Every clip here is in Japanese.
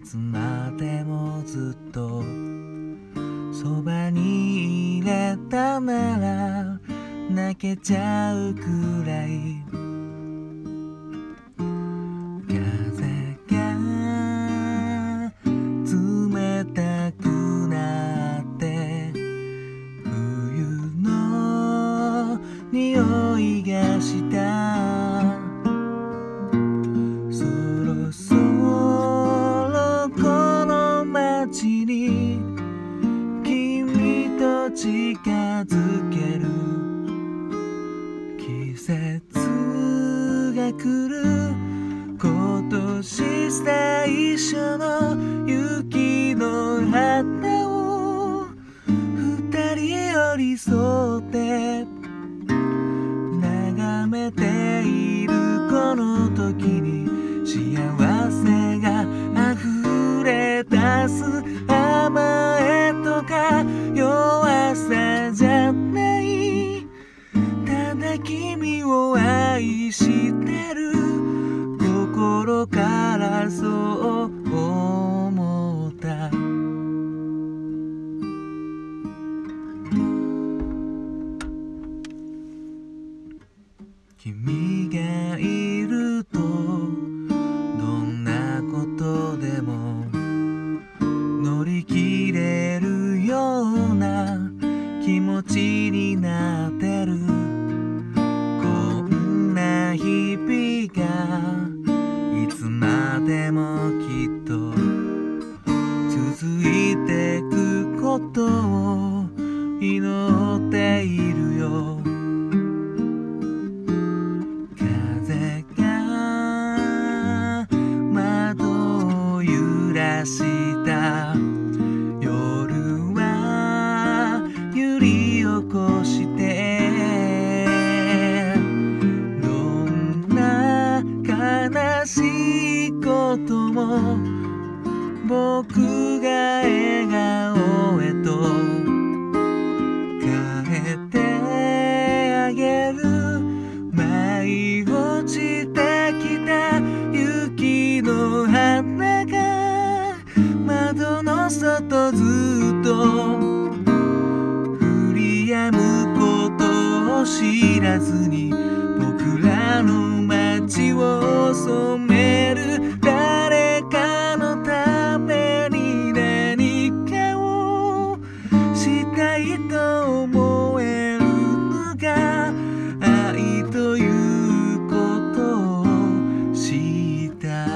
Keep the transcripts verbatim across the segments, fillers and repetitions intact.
つまでもずっとそばにいれたなら泣けちゃうくらい風が冷たくなって冬の匂いがしたそろそろこの街に君と近づける季節が来る今年最初の雪の花を二人寄り添って眺めているこの時に幸せが溢れ出す甘えとか弱さじゃないただ君を愛してる心からそう思った君がいるとどんなことでも乗り切れるような気持ちになってるこんな日々がいつまでもきっと続いてくことを祈っているよ風が窓を揺らした夜は揺り起こしてどんな悲しいことも僕が笑顔へと変えてあげる舞い落ちてきた雪の花が窓の外ずっと降り止むことを知らずに僕らの街を染める誰かのために何かをしたいと思えるのが愛ということを知った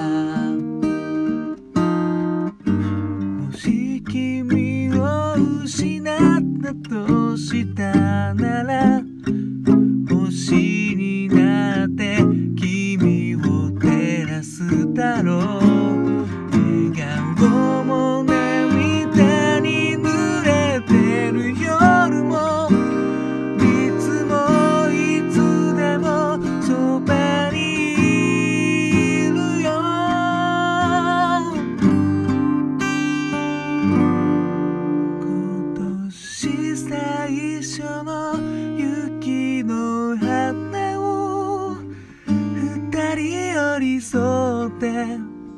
もし君を失ったとしたなら星になって君を照らすだろう笑顔も涙に濡れてる夜もいつもいつでもそばにいるよ今年最初の雪の花を二人寄り添って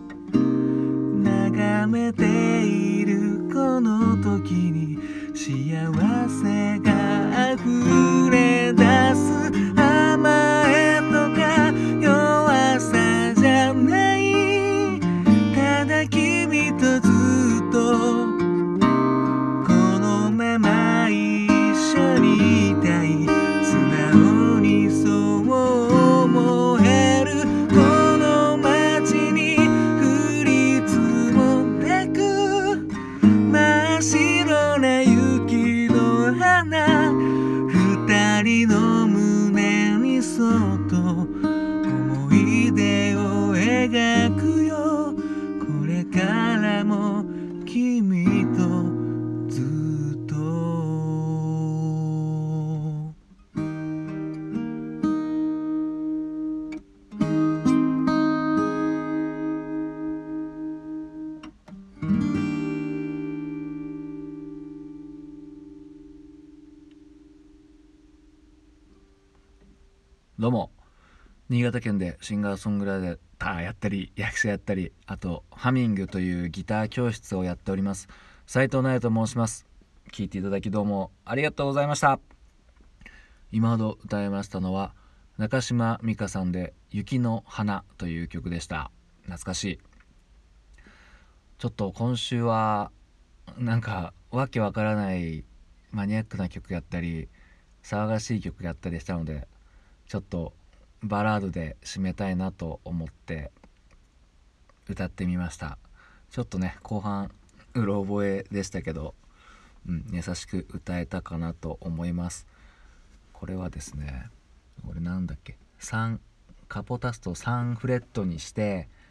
眺めているこの時に幸せが溢れ出す甘えとか弱さじゃないただ君とずっとこのまま一緒にいたい素直にそう思えるこの街に降り積もってく真っ白な雪の花二人の胸にそっと思い出を描くよこれからも君とずっとどうも新潟県でシンガーソングライターやったり役者やったり、あとハミングというギター教室をやっております斉藤直と申します。聴いていただきどうもありがとうございました。今ほど歌いましたのは中島美嘉さんで雪の花という曲でした。懐かしい。ちょっと今週はなんかわけわからないマニアックな曲やったり騒がしい曲やったりしたので、ちょっとバラードで締めたいなと思って歌ってみました。ちょっとね後半うろ覚えでしたけど、うん、優しく歌えたかなと思います。これはですね、これなんだっけ、さんカポタストさんフレットにして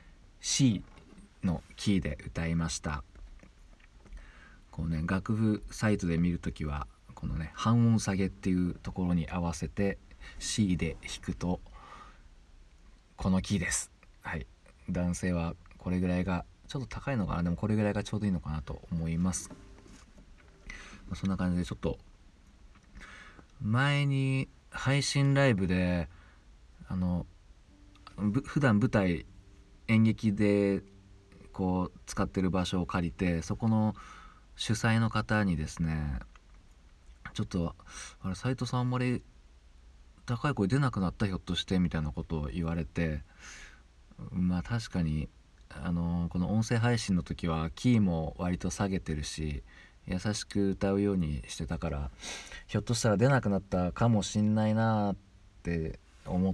C のキーで歌いました。こうね、楽譜サイトで見るときはこのね半音下げっていうところに合わせて C で弾くとこのキーです。はい、男性はこれぐらいがちょっと高いのかな、でもこれぐらいがちょうどいいのかなと思います。そんな感じで、ちょっと前に配信ライブであの普段舞台演劇でこう使ってる場所を借りて、そこの主催の方にですね、ちょっとあれ斉藤さんあんまり高い声出なくなったひょっとしてみたいなことを言われて、まあ確かにあのこの音声配信の時はキーも割と下げてるし優しく歌うようにしてたから、ひょっとしたら出なくなったかもしんないなって思って、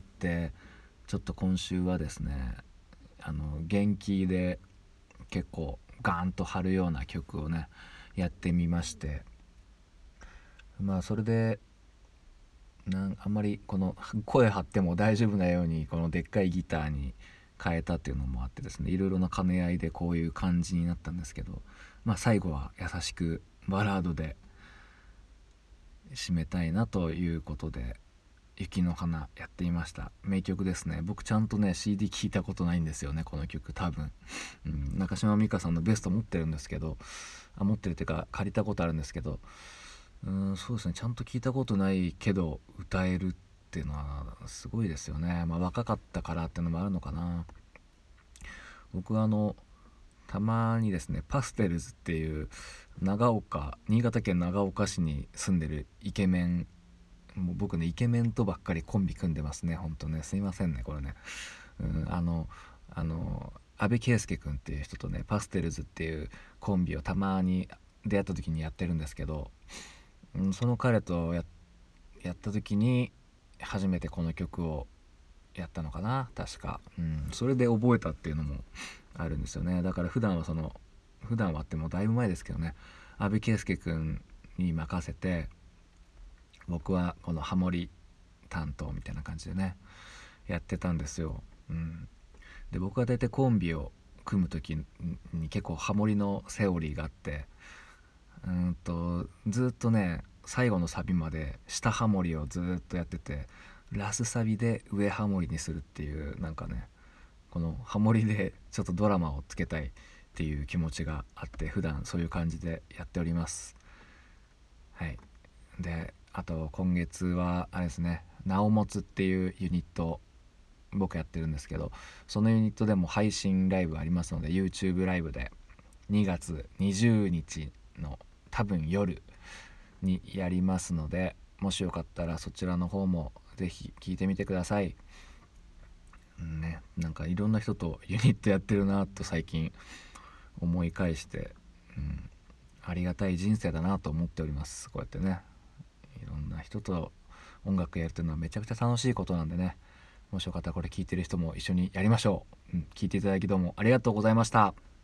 ちょっと今週はですねあの元気で結構ガーンと張るような曲をねやってみまして、まあそれでなんあんまりこの声張っても大丈夫なようにこのでっかいギターに変えたっていうのもあってですね、いろいろな兼ね合いでこういう感じになったんですけど、まあ最後は優しくバラードで締めたいなということで雪の花やってみました。名曲ですね。僕ちゃんとね シーディー 聞いたことないんですよねこの曲多分、うん、中島美嘉さんのベスト持ってるんですけど、あ持ってるっていうか借りたことあるんですけど、うーんそうですね、ちゃんと聞いたことないけど歌えるっていうのはすごいですよね。まあ若かったからっていうのもあるのかな。僕はあのたまにですねパステルズっていう長岡新潟県長岡市に住んでるイケメン、もう僕ねイケメンとばっかりコンビ組んでますね、ほんとねすいませんねこれね、うん、あのあの阿部圭介君っていう人とねパステルズっていうコンビをたまに出会った時にやってるんですけど、うん、その彼と や, やった時に初めてこの曲をやったのかな確か、うん、それで覚えたっていうのもあるんですよね。だから普段はその普段はってもうだいぶ前ですけどね、阿部圭介君に任せて僕はこのハモリ担当みたいな感じでねやってたんですよ、うん、で僕は大体コンビを組む時に結構ハモリのセオリーがあって、うんとずっとね最後のサビまで下ハモリをずっとやってて、ラスサビで上ハモリにするっていう、なんかねこのハモリでちょっとドラマをつけたいっていう気持ちがあって、普段そういう感じでやっております。はい。であと今月はあれですね、なおもつっていうユニット僕やってるんですけど、そのユニットでも配信ライブありますので YouTube ライブでにがつにじゅうにちの多分夜にやりますので、もしよかったらそちらの方もぜひ聞いてみてください、うんね、なんかいろんな人とユニットやってるなと最近思い返して、うん、ありがたい人生だなと思っております。こうやってねいろんな人と音楽やるというのはめちゃくちゃ楽しいことなんでね、もしよかったらこれ聞いてる人も一緒にやりましょう、うん、聞いていただきどうもありがとうございました。